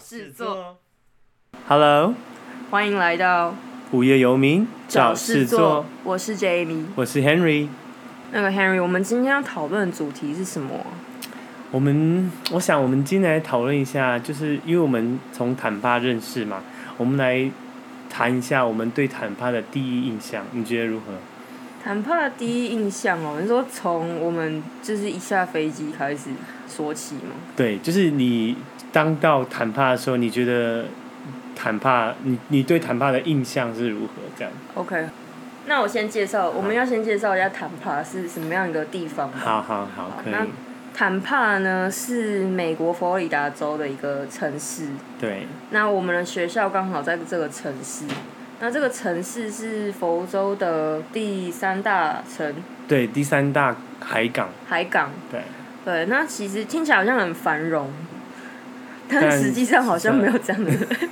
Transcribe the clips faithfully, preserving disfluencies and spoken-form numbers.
事做。 Hello， 欢迎来到无业游民找事做。我是 Jamie， 我是 Henry。 那个 Henry， 我们今天要讨论的主题是什么？ 我们，我想我们今天来讨论一下，就是因为我们从坦帕认识嘛，我们来谈一下我们对坦帕的第一印象，你觉得如何？ 坦帕的第一印象哦，你说从我们就是一下飞机开始说起吗？ 对，就是你当到坦帕的时候，你觉得坦帕，你你对坦帕的印象是如何？这样 ？OK， 那我先介绍，我们要先介绍一下坦帕是什么样一个地方。 好好好，可以。 那坦帕呢是美国佛罗里达州的一个城市。 对。 那我们的学校刚好在这个城市。那这个城市是佛州的第三大城。 对，第三大海港。 海港。 对。 对，那其实听起来好像很繁荣，但实际上好像没有这样的。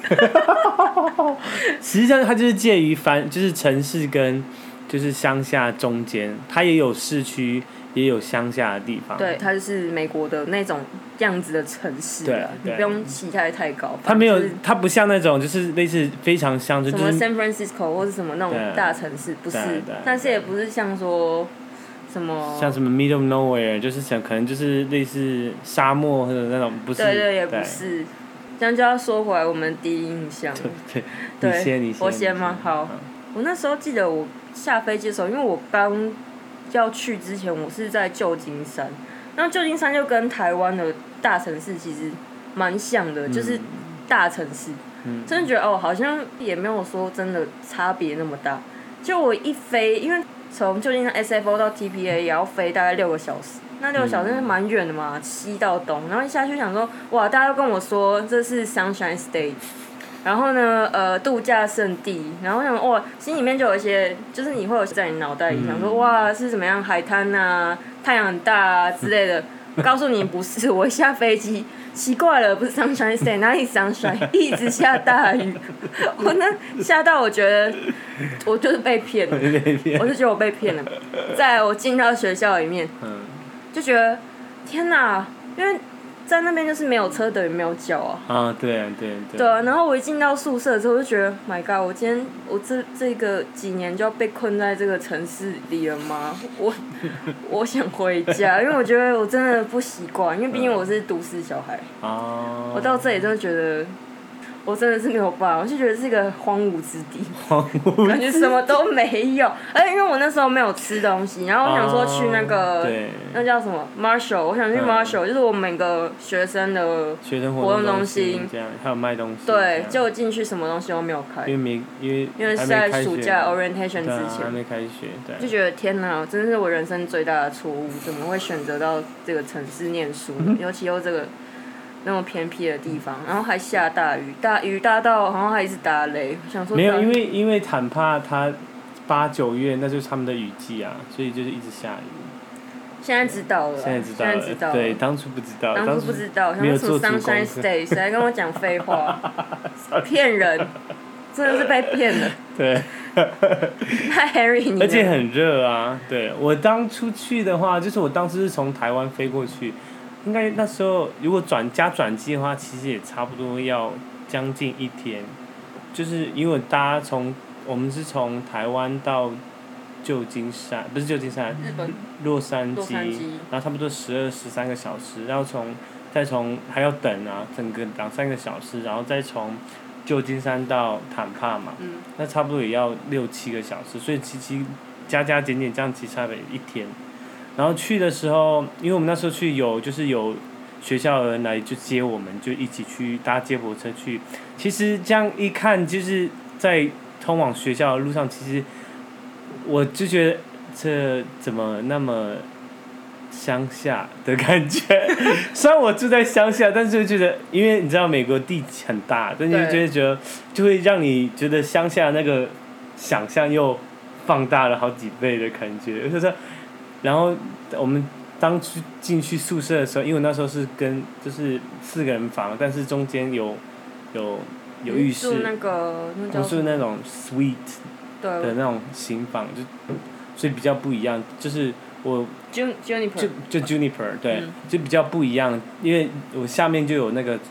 实际上，它就是介于繁，就是城市跟就是乡下中间，它也有市区，也有乡下的地方。 对，它就是美国的那种样子的城市。 对啊， 你不用期待太高。 它没有，它不像那种就是类似非常乡村， 什么 San Francisco 或是什么那种大城市，不是，但是也不是像说。什么像什么 middle of nowhere， 就是想可能就是类似沙漠或者那种，不是。 对对，也不是。这样就要说回来我们第一印象。 对对，你先，你先。 我先吗？好。我那时候记得我下飞机的时候，因为我刚要去之前，我是在旧金山。然后旧金山就跟台湾的大城市其实蛮像的，嗯、就是大城市。嗯、真的觉得哦，好像也没有说真的差别那么大。就我一飞，因为。从旧金山 S F O 到 T P A 也要飞大概六个小时，那六个小时是蛮远的嘛，西到东，然后一下去想说，哇，大家都跟我说这是 Sunshine State， 然后呢，呃，度假胜地，然后想哇，心里面就有一些，就是你会有在你脑袋里想说，哇，是怎么样海滩啊，太阳很大啊之类的，告诉你不是，我一下飞机。奇怪了，不是 Sunshine State， 哪里 Sunshine？ 一直下大雨，我那下到我觉得我就是被骗了，我就觉得我被骗了。再来我进到学校里面，就觉得天哪，因为在那边就是没有车等于没有脚啊。 啊，对啊，对对。 对啊，然后我一进到宿舍之后，就觉得 ，My God， 我今天我这这个几年就要被困在这个城市里了吗？我我想回家，因为我觉得我真的不习惯，因为毕竟我是都市小孩。哦。我到这里真的觉得。我真的是没有办法，我就觉得是一个荒芜之地， 荒芜， 感觉什么都没有。而且因为我那时候没有吃东西，然后我想说去那个、哦、那叫什么 Marshall， 我想去 Marshall，、嗯、就是我们每个学生的活动中心， 这样还有卖东西。 对，结果进去什么东西都没有开， 因为没因为因为是在暑假 orientation 之前， 还没开学，对， 就觉得天哪，真的是我人生最大的错误，怎么会选择到这个城市念书？尤其又这个。那么偏僻的地方，然后还下大雨，大雨大到好像还一直打雷，想说没有，因为因为坦帕它八九月那就是他们的雨季啊，所以就是一直下雨。 现在知道了， 现在知道了， 现在知道了， 对，当初不知道， 当初不知道，没有做足功课。Sunshine State， 谁跟我讲废话？骗人，真的是被骗了。 对。 那 Harry 你？ 而且很热啊！对，我当初去的话，就是我当时是从台湾飞过去。应该那时候如果转加转机的话，其实也差不多要将近一天，就是因为大家从我们是从台湾到旧金山，不是旧金山， 日本洛杉矶，然后差不多十二十三个小时，然后从再从还要等啊，整个两三个小时，然后再从旧金山到坦帕嘛，嗯、那差不多也要六七个小时，所以其实加加减减这样其实差不多一天。然后去的时候，因为我们那时候去有就是有学校的人来就接我们，就一起去搭接驳车去。其实这样一看，就是在通往学校的路上，其实我就觉得这怎么那么乡下的感觉？虽然我住在乡下，但是觉得因为你知道美国地很大，但是就会觉得就会让你觉得乡下那个想象又放大了好几倍的感觉，就是。然后我们当去进去宿舍的时候，因为我那时候是跟就是四个人房，但是中间有有有浴室， 住那个那叫不是那种 suite 的那种型房，就所以比较不一样。就是我 Juniper 就就 Juniper 对，嗯、就比较不一样，因为我下面就有那个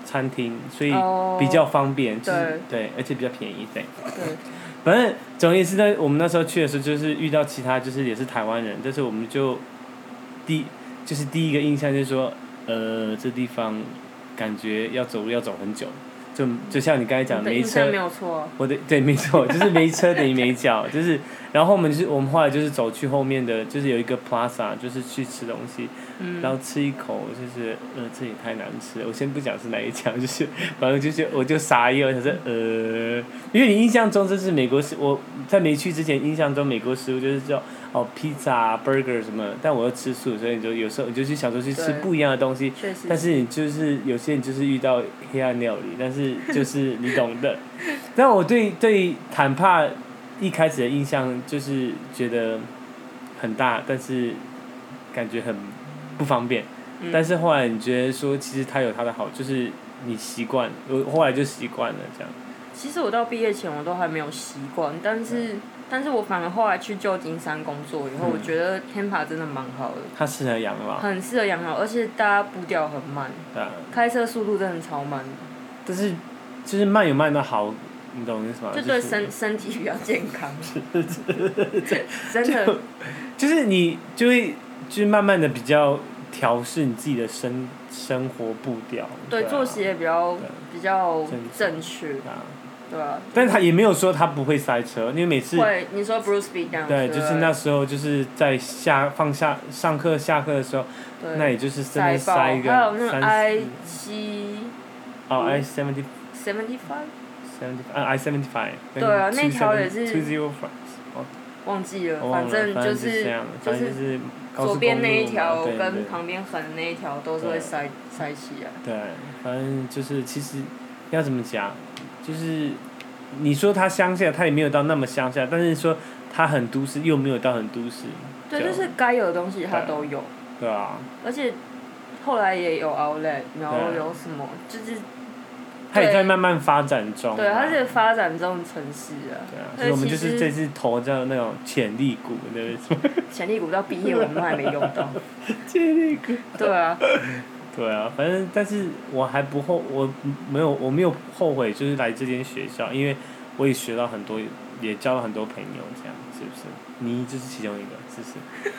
餐厅，所以比较方便，就是、对，而且比较便宜，对。 对。 反正总而言之呢，我们那时候去的时候，就是遇到其他就是也是台湾人，但是我们就第就是第一个印象就是说，呃，这地方感觉要走路要走很久。就就像你刚才讲的，没车， 没有错。 我的对，没错，就是没车等于没脚，就是，然后我们就是我们后来就是走去后面的，就是有一个 plaza， 就是去吃东西，嗯、然后吃一口，就是呃，这也太难吃了。我先不讲是哪一家，就是反正就是我就傻眼，我想说呃，因为你印象中这是美国食，我在没去之前印象中美国食物就是叫哦披萨、burger 什么，但我又吃素，所以你就有时候你就去想说去吃不一样的东西，但是你就是有些人就是遇到黑暗料理，但是就是你懂的。但我对对坦帕一开始的印象就是觉得很大，但是感觉很不方便。嗯、但是后来你觉得说，其实它有它的好，就是你习惯，我后来就习惯了这样。 其实我到毕业前我都还没有习惯，但是、嗯、但是我反而后来去旧金山工作以后，嗯、我觉得 Tampa 真的蛮好的。 它适合养老。 很适合养老，而且大家步调很慢，啊、开车速度真的超慢。 但是就是慢有慢的好，你懂我意思吗？ 就对身、就是、身体比较健康。真的。 就, 就是你就会就是慢慢的比较调适你自己的生生活步调。 对， 对啊、 作息也比较比较正确。对啊。 但是他也没有说他不会塞车，因为每次。 会，你说 Bruce B 这样。 对，就是那时候就是在下放下上课下课的时候，那也就是真的塞一个还有那个 I 七。 哦 ，I seventy。 seventy five。 seventy five 啊 ，I seventy five。 对啊，那条也是。 two zero five。 忘记了，反正就是就是左边那一条跟旁边横的那一条都是会塞塞起来。 对，反正就是其实要怎么讲，就是你说它乡下，它也没有到那么乡下，但是说它很都市，又没有到很都市。 对，就是该有的东西它都有。 对啊。 而且后来也有 outlet， 然后有什么就是。 它也在慢慢发展中、啊。 对，它是发展中的城市啊。 对啊，所以我们就是这次投叫那种潜力股，对不对？ 潜力股到毕业我们还没用到。 潜力股。 对啊。 对啊，反正但是我还不后，我没有我没有后悔，就是来这间学校，因为我也学到很多，也交了很多朋友，这样是不是？你就是其中一个，是不是？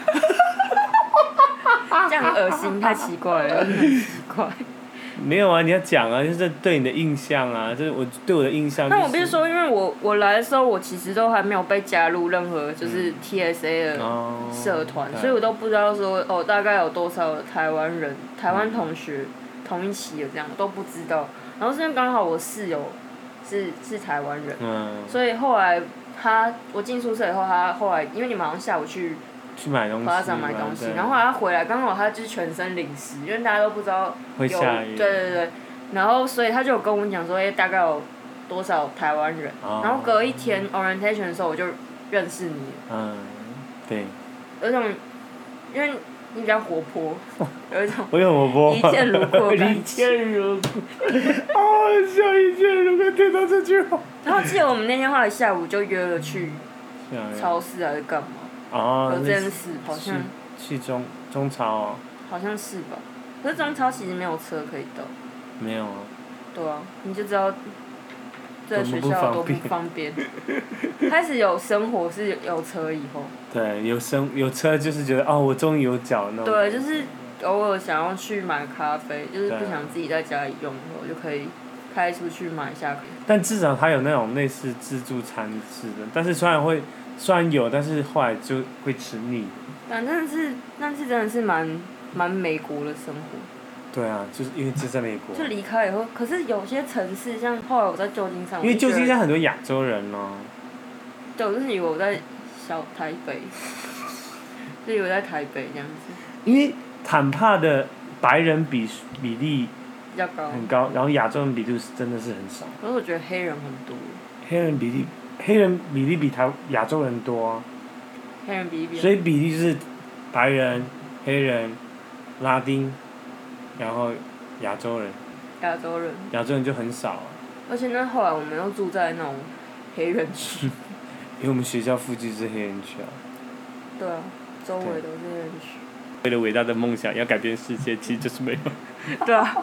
这样恶心，太奇怪了，很奇怪。 没有啊，你要讲啊，就是对你的印象啊，就是我对我的印象、就是。 那我必须说，因为我我来的时候，我其实都还没有被加入任何就是 T S A 的社团、嗯哦，所以我都不知道说哦大概有多少台湾人、台湾同学、嗯、同一期的这样，我都不知道。然后是因为刚好我室友是是台湾人、嗯，所以后来他我进宿舍以后，他后来因为你们好像下午去。 去买东西， 巴掌买东西，然后后来他回来，刚好他就是全身淋湿，因为大家都不知道有，对对对，然后所以他就有跟我讲说，哎、欸，大概有多少台湾人、哦，然后隔一天 orientation 的时候我就认识你， 嗯，对， 有一种，因为你比较活泼，有一种， 我有活泼， 一见如故， 一见如故，好好笑，一见如故，听到这句话。 然后记得我们那天后来下午就约了去超市还是干嘛？ 哦， 有这件事好像去中中超哦， 好像是吧？可是中超其实没有车可以到。 没有啊。 对啊，你就知道这个学校多不方便。开始有生活是有车以后。 对，有生有车就是觉得哦，我终于有脚那种。 对，就是偶尔想要去买咖啡，就是不想自己在家里用，我就可以开出去买一下。 但至少它有那种类似自助餐式的，但是虽然会。虽然有，但是后来就会吃腻。 反正是，但是真的是蛮蛮美国的生活。 对啊，就是因为这在美国。 就离开以后，可是有些城市，像后来我在旧金山。 因为旧金山很多亚洲人哦。 对，我就是以为我在小台北，就以为在台北这样子。 因为坦帕的白人比比例比较高， 很高，然后亚洲人比例真的是很少。 可是我觉得黑人很多。 黑人比例。黑人比例比台亚洲人多、啊， 黑人比例比， 所以比例就是白人、黑人、拉丁，然后亚洲人。 亚洲人。 亚洲人就很少、啊。 而且那后来我们又住在那种黑人区。 因为我们学校附近是黑人区啊。 对啊，周围都是黑人区。 为了伟大的梦想要改变世界，其实就是没有。 对啊。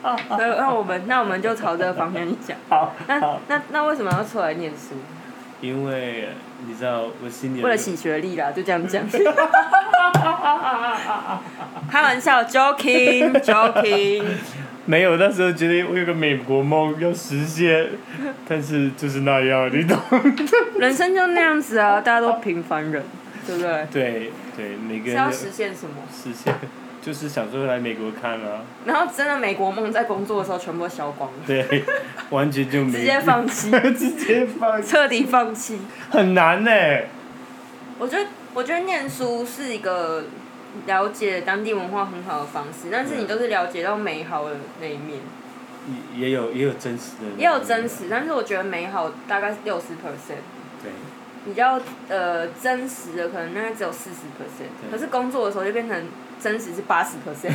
所以那我们那我们就朝这个方向去讲。 好。 那那那为什么要出来念书？ 因为你知道我心里。 为了洗学历啦，就这样讲。开玩笑 ，joking joking。 没有，那时候觉得我有个美国梦要实现，但是就是那样，你懂。 人生就那样子啊，大家都平凡人，对不对？ 对对，每个人。 是要实现什么？ 实现，就是想说来美国看啊。 然后真的美国梦在工作的时候全部都消光了。 对，完全就没。 直接放弃。 直接放弃。 彻底放弃。 很难呢、欸。 我觉得，我觉得念书是一个了解当地文化很好的方式，但是你都是了解到美好的那一面。 也有也有真实的。 也有真实，但是我觉得美好大概是六十 percent。对。比较呃真实的可能大概只有四十 percent， 可是工作的时候就变成真实是八十 percent。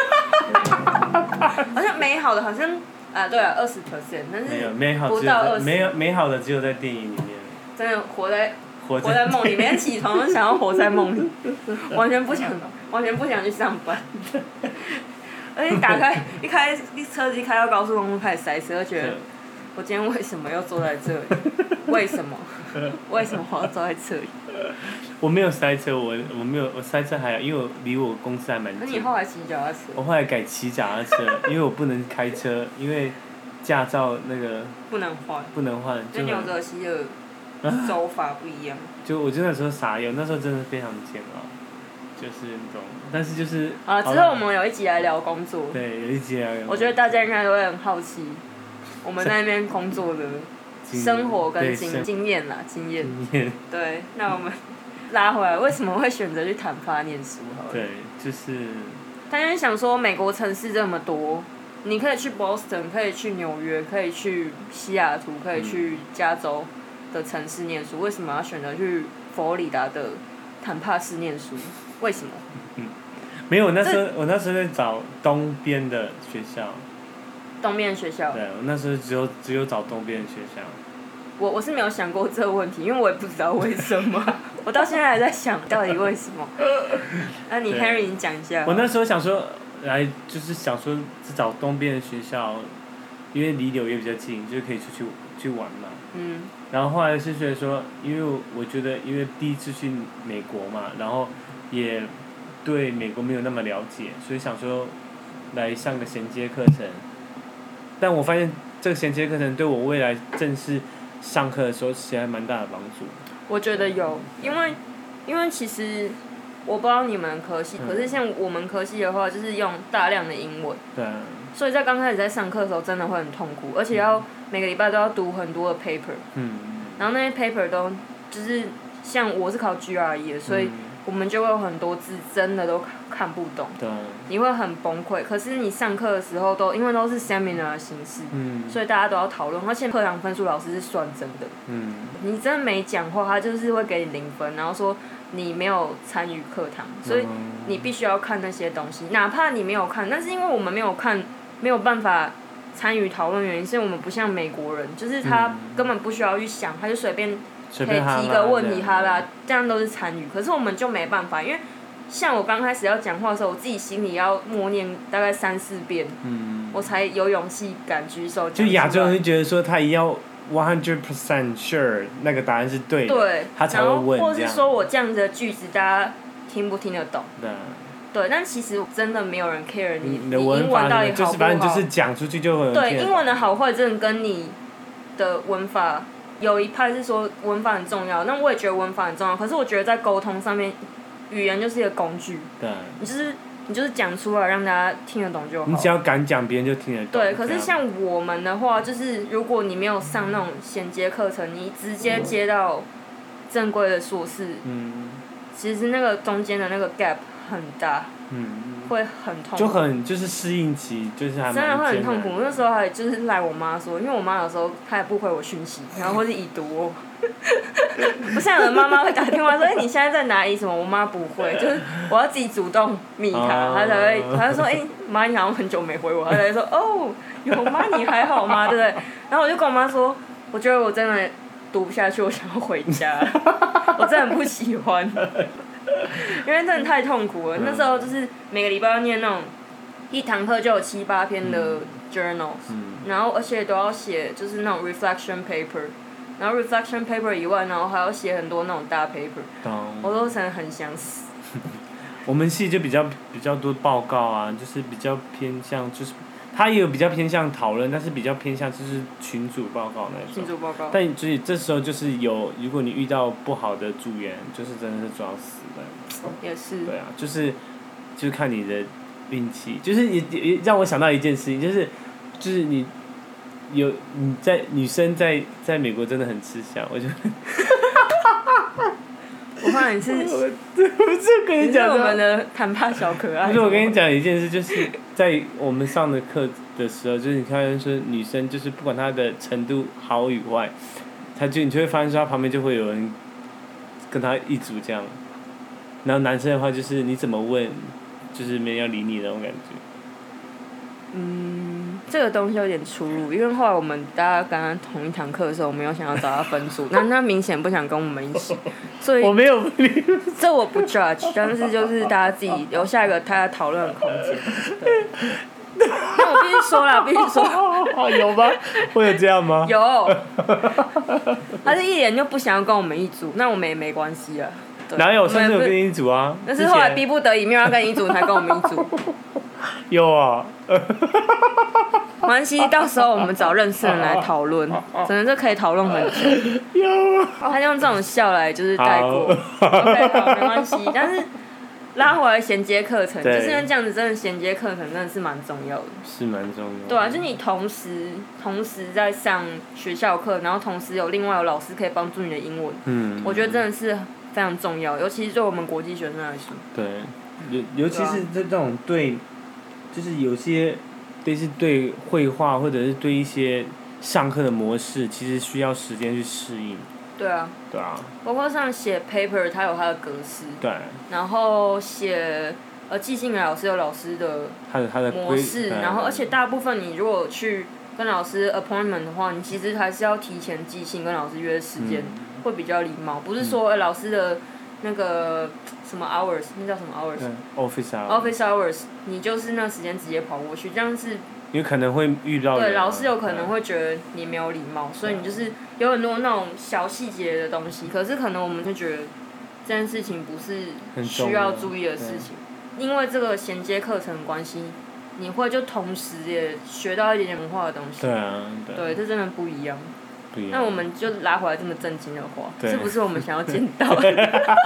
好像美好的好像啊对啊二十 percent， 但是不到二十。 没有美好的只有在电影里面。 真的活在。 活在, 活在梦里面，起床就想要活在梦里，完全不想，完全不想去上班。而且打开一开一车子一开到高速公路开始塞车，就觉得我今天为什么要坐在这里？为什么？为什么我要坐在这里？ 我没有塞车，我我没有我塞车还好，因为我离我公司还蛮近。 那你后来骑脚踏车？ 我后来改骑脚踏车，因为我不能开车，因为驾照那个。 不能换。 不能换。 就纽泽西的。手法不一样。 就我就那时候傻眼，那时候真的非常煎熬，就是那种，但是就是。 啊，之后我们有一集来聊工作。 对，有一集来聊。 我觉得大家应该都会很好奇，我们在那边工作的生活跟经经验啦，经验。经验。对，那我们拉回来，为什么会选择去坦帕念书？好了。 对，就是。 大家想说，美国城市这么多，你可以去 Boston， 可以去纽约，可以去西雅图，可以去加州。的城市念书，为什么要选择去佛罗里达的坦帕市念书？为什么？ 嗯，没有，那时候我那时候在找东边的学校。 东边的学校。 对，我那时候只有只有找东边的学校。 我我是没有想过这个问题，因为我也不知道为什么，我到现在还在想到底为什么。那你 Henry 你讲一下。 我那时候想说，来就是想说是找东边的学校，因为离纽约比较近，就可以出去去玩嘛。嗯。然后后来是觉得说，因为我觉得因为第一次去美国嘛，然后也对美国没有那么了解，所以想说来上个衔接课程。但我发现这个衔接课程对我未来正式上课的时候其实还蛮大的帮助。 我觉得有，因为因为其实我不知道你们科系，嗯、可是像我们科系的话，就是用大量的英文。 对。 所以在刚开始在上课的时候，真的会很痛苦，而且要每个礼拜都要读很多的 paper。嗯。然后那些 paper 都就是像我是考 G R E 的，所以我们就会有很多字真的都看不懂。 对。 你会很崩溃，可是你上课的时候都因为都是 seminar 的形式，嗯、所以大家都要讨论，而且课堂分数老师是算真的。嗯。你真的没讲话，他就是会给你零分，然后说你没有参与课堂，所以你必须要看那些东西，哪怕你没有看，但是因为我们没有看。没有办法参与讨论，原因是我们不像美国人，就是他根本不需要去想，他就随便可以提一个问题哈啦，这样都是参与。可是我们就没办法，因为像我刚开始要讲话的时候，我自己心里要默念大概三四遍，嗯、我才有勇气敢举手。 就亚洲人觉得说他一定要 one hundred percent sure 那个答案是对的， 对， 他才会问这样。 或是说我这样子的句子，大家听不听得懂？ 对。 对，但其实真的没有人 care 你， 你的英文到底好不好？ 就是反正就是讲出去就会有人 care。 对，英文的好坏真的跟你的文法，有一派是说文法很重要，那我也觉得文法很重要。可是我觉得在沟通上面，语言就是一个工具。 对。 你就是你就是讲出来让大家听得懂就好。 你只要敢讲，别人就听得懂。 对，可是像我们的话，就是如果你没有上那种衔接课程，你直接接到正规的硕士，嗯，其实那个中间的那个 gap。很大，嗯，会很痛苦， 就很就是适应期，就是还蛮真的会很痛苦。那时候还就是赖我妈说，因为我妈有时候她也不回我讯息，然后或是已读哦。不像有的妈妈会打电话说：“哎、欸，你现在在哪里？”什么？我妈不会，就是我要自己主动密她，她、oh. 才会，她就说：“哎、欸，妈，你好像很久没回我。”她才会说：“哦，有吗？你还好吗？对不对？”然后我就跟我妈说：“我觉得我真的读不下去，我想要回家，我真的很不喜欢。”因为真的太痛苦了，嗯、那时候就是每个礼拜要念那种一堂课就有七八篇的 journals，、嗯、然后而且都要写就是那种 reflection paper， 然后 reflection paper 以外，然后还要写很多那种大 paper，、嗯、我都真的很想死。 我们系就比较比较多报告啊，就是比较偏向就是。他也有比较偏向讨论，但是比较偏向就是群组报告那种。 群组报告。 但所以这时候就是有，如果你遇到不好的组员，就是真的是抓死的。 也是。 对啊，就是，就看你的运气，就是也也让我想到一件事情，就是，就是你有你在女生在在美国真的很吃香，我觉得。 我怕你是， 我这跟你讲的，我们的谈判小可爱。 不是我跟你讲一件事，就是在我们上的课的时候，就是你看说女生就是不管她的程度好与坏，她就你就会发现说她旁边就会有人跟她一组这样，然后男生的话就是你怎么问，就是没人要理你那种感觉。 嗯，这个东西有点出入，因为后来我们大家刚刚同一堂课的时候，我没有想要找他分组，那他明显不想跟我们一起，所以我没有， 这我不 judge， 但是就是大家自己留下一个他讨论的空间。对，那我必须说啦，必须说。 有吗？会有这样吗？ 有，他是一脸就不想要跟我们一组，那我们也没关系啊。 哪有？上次有跟你一组啊？ 那是后来逼不得已，没有要跟你一组才跟我们一组。 有啊。 没关系，到时候我们找认识的人来讨论，真的是可以讨论很久。 有啊。 他用这种笑来就是带过 ，OK 好，没关系。但是拉回来衔接课程，就是因为这样子，真的衔接课程真的是蛮重要的。 是蛮重要的。 对啊，就你同时同时在上学校课，然后同时有另外有老师可以帮助你的英文。嗯。我觉得真的是非常重要，尤其是对我们国际学生来说。 对，尤尤其是这种对，就是有些。类似对绘画或者是对一些上课的模式，其实需要时间去适应。 对啊。 对啊。 包括像写 paper， 它有它的格式。 对。 然后写呃寄信给老师有老师的模式，然后而且大部分你如果去跟老师 appointment 的话，你其实还是要提前寄信跟老师约时间，嗯、会比较礼貌。不是说、欸、老师的那个什么 hours， 那叫什么 hours？office hours。office hours， 你就是那时间直接跑过去，这样是。 有可能会遇到人、啊。 对，老师有可能会觉得你没有礼貌，所以你就是有很多那种小细节的东西，可是可能我们会觉得这件事情不是需要注意的事情，因为这个衔接课程的关系，你会就同时也学到一点点文化的东西。 对啊。对。 对，这真的不一样。 不一样。 那我们就拉回来这么正经的话，是不是我们想要见到的？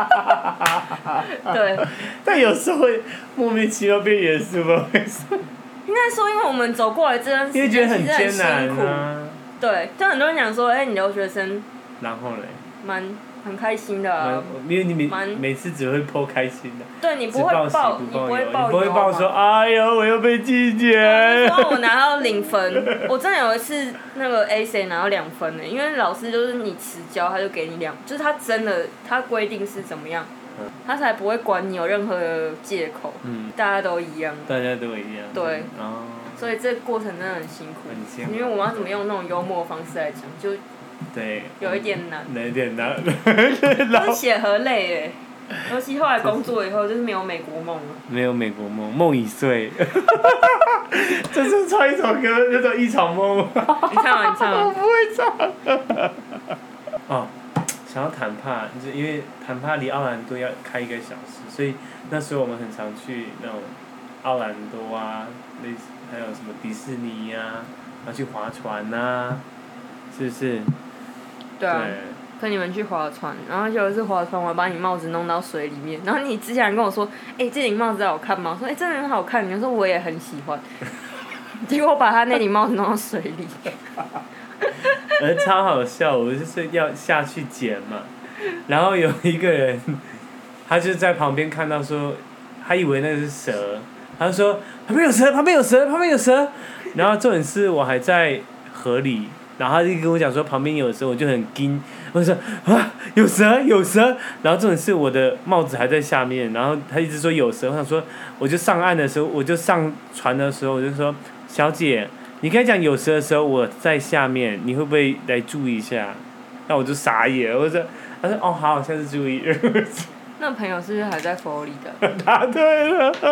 对。 但有时候会莫名其妙变严肃，不为什么。 应该说，因为我们走过来这段时间其实很辛苦。对，就很多人讲说，哎、欸，你留学生。 然后嘞。 蛮很开心的、啊。 因为你每每次只会po开心的。 对，你不会报，你不会报， 你不会报说，哎呦，我又被拒绝。 说我拿到零分，我真的有一次那个 A C 拿到两分呢，因为老师就是你迟交，他就给你两，就是他真的他规定是怎么样。他才不会管你有任何的借口，嗯、大家都一样。 大家都一样。 对。 哦。 所以这个过程真的很辛苦。 很辛苦。 因为我们要怎么用那种幽默的方式来讲，就。 对。 有一点难。 有一点难。 就是写和累耶，尤其后来工作以后，就是没有美国梦了。 没有美国梦，梦已碎。这是唱一首歌，叫做《一场梦》。 你唱啊，你唱啊。 我不会唱。哦。想要坦帕，就是因为坦帕离奥兰多要开一个小时，所以那时候我们很常去那种奥兰多啊，类似还有什么迪士尼呀、啊，然后去划船呐、啊，是不是？ 对啊。对跟你们去划船，然后有一次划船，我把你帽子弄到水里面，然后你之前跟我说，哎、欸，这顶帽子好看吗？我说，哎、欸，真的很好看。你说我也很喜欢，结果我把他那顶帽子弄到水里。 而超好笑，我就是要下去捡嘛，然后有一个人，他就在旁边看到说，他以为那是蛇，他就说旁边有蛇，旁边有蛇，旁边有蛇，然后重点是我还在河里，然后他就跟我讲说旁边有蛇，我就很惊，我就说啊有蛇有蛇，然后重点是我的帽子还在下面，然后他一直说有蛇，我想说我就上岸的时候，我就上船的时候，我就说小姐。你刚才讲有蛇的时候，我在下面，你会不会来注意一下？那我就傻眼，我说，他说哦好，下次注意。 那朋友是不是还在佛里的？ 答对了。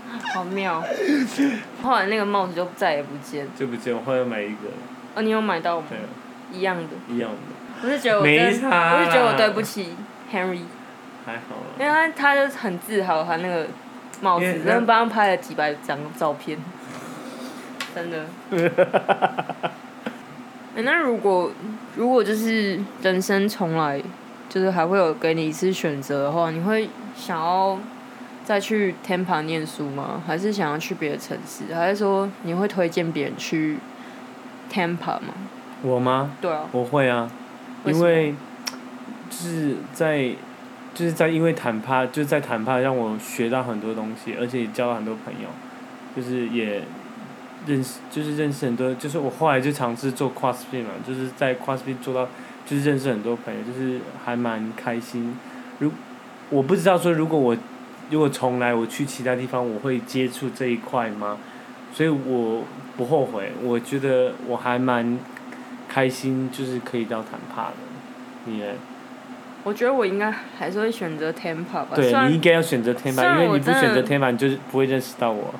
好妙。后来那个帽子就再也不见。 就不见，我后来买一个。 哦，你有买到吗？ 对。 一样的。 一样的。 我是觉得我真，我是觉得我对不起 Henry。 还好啦。 因为他他就很自豪他那个帽子，然后帮他拍了几百张照片。真的。欸、那如果如果就是人生重来，就是还会有给你一次选择的话，你会想要再去 Tampa 念书吗？还是想要去别的城市？还是说你会推荐别人去 Tampa 吗？ 我吗？ 对啊。 我会啊，因为就是在就是在因为谈判就是在谈判让我学到很多东西，而且也交到很多朋友，就是也。认识就是认识很多，就是我后来就尝试做 CrossFit 嘛，就是在 CrossFit 做到，就是认识很多朋友，就是还蛮开心。如我不知道说，如果我如果重来我去其他地方，我会接触这一块吗？所以我不后悔，我觉得我还蛮开心，就是可以到坦帕的。你呢？ 我觉得我应该还是会选择 Tampa 吧。 对，你应该要选择 Tampa， 因为你不选择 Tampa， 你就是不会认识到我。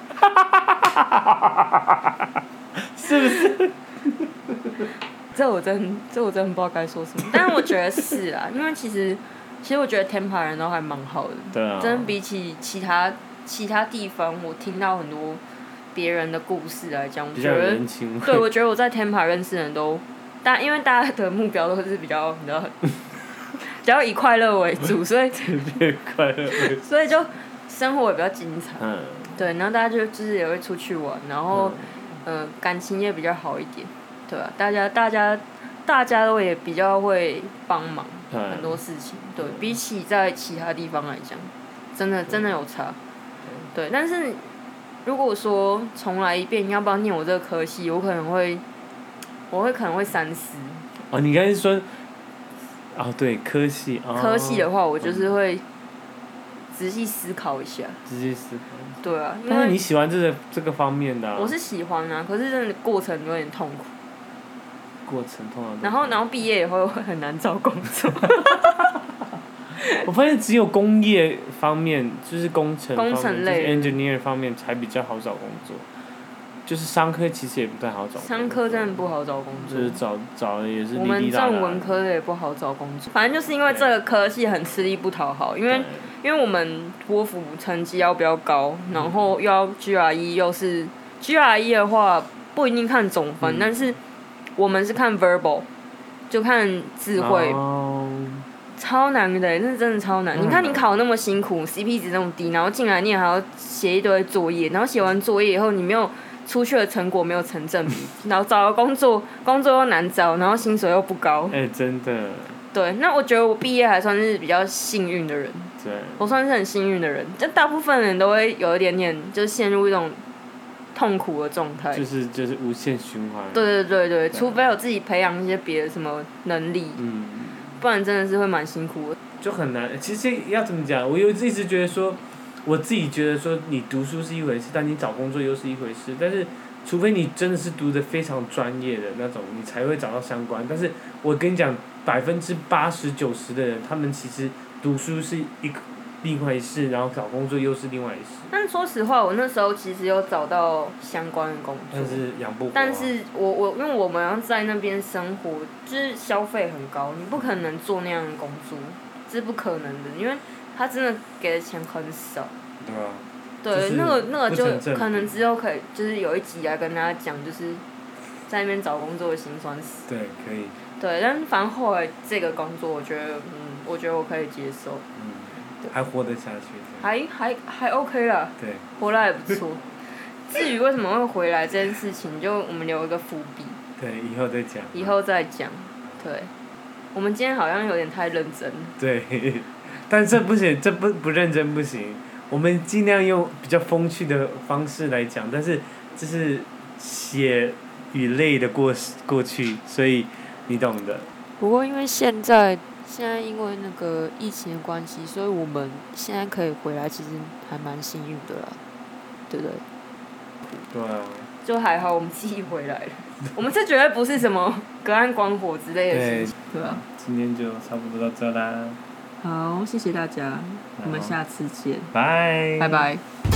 是不是？ 这我真这我真的不知道该说什么，但是我觉得是啦，因为其实其实我觉得 Tampa 人都还蛮好的， 对啊， 真的比起其他其他地方，我听到很多别人的故事来讲，我觉得对，我觉得我在 Tampa 认识的人都，但因为大家的目标都是比较你知道，比较以快乐为主，所以快乐为主， 所以就生活也比较精彩， 嗯， 对，然后大家就就是也会出去玩，然后嗯、呃、感情也比较好一点。对啊，大家大家大家都也比较会帮忙很多事情，对，比起在其他地方来讲，真的真的有差。对，但是如果说重来一遍，要不要念我这个科系，我可能会，我会可能会三思。 哦，你刚才说，哦对，科系。哦、 科系的话，我就是会仔细思考一下。 仔细思考。 对啊，因为但是你喜欢这个这个方面的、啊。 我是喜欢啊，可是真的过程有点痛苦。 过程通常。 然后，然后毕业以后很难找工作。 我发现只有工业方面，就是工程方面， 工程类就是 engineer 方面才比较好找工作。就是商科其实也不太好找工作。 商科真的不好找工作。 就是找找的也是滴滴答答。 我们正文科的也不好找工作。反正就是因为这个科系很吃力不讨好，因为因为我们托福成绩要比较高，然后又要 G R E 又是 G R E 的话不一定看总分，嗯、但是我们是看 verbal， 就看智慧。哦、超难的，那是真的超难。嗯、你看你考那么辛苦 ，C P 值那么低，然后进来你也还要写一堆作业，然后写完作业以后你没有出去的成果没有成正比，然后找个工作工作又难找，然后薪水又不高。 哎、欸，真的。 对，那我觉得我毕业还算是比较幸运的人。 对。 我算是很幸运的人，就大部分人都会有一点点，就是陷入一种痛苦的状态。 就是就是无限循环。 对对对对，除非我自己培养一些别的什么能力，嗯，不然真的是会蛮辛苦的。 就很难，其实要怎么讲？我有一直觉得说，我自己觉得说，你读书是一回事，但你找工作又是一回事。但是，除非你真的是读得非常专业的那种，你才会找到相关。但是我跟你讲，百分之八十九十的人，他们其实读书是一个另外一事，然后找工作又是另外一事。 但说实话，我那时候其实有找到相关的工作， 但是养不活、啊。 但是我我因为我们要在那边生活，就是消费很高，你不可能做那样的工作，这是不可能的，因为他真的给的钱很少。 对啊。 对， 就是、 那个那个就可能之后可以，就是有一集来跟大家讲，就是在那边找工作的辛酸史。 对，可以。 对，但反正后来这个工作，我觉得，嗯，我觉得我可以接受。 嗯。还活得下去。 还还还 OK 啦。 对。 活得还不错。至于为什么会回来这件事情，就我们留一个伏笔。 对，以后再讲。 以后再讲，对。我们今天好像有点太认真了。 对，但这不行，这不不认真不行。我们尽量用比较风趣的方式来讲，但是这是血与泪的过过去，所以你懂的。 不过因为现在现在因为那个疫情的关系，所以我们现在可以回来，其实还蛮幸运的啦，对不对？ 对啊。就还好我们自己回来了，我们这绝对不是什么隔岸观火之类的事情，对吧？ 今天就差不多到这啦。 好，谢谢大家，我们下次见。 拜。 拜拜。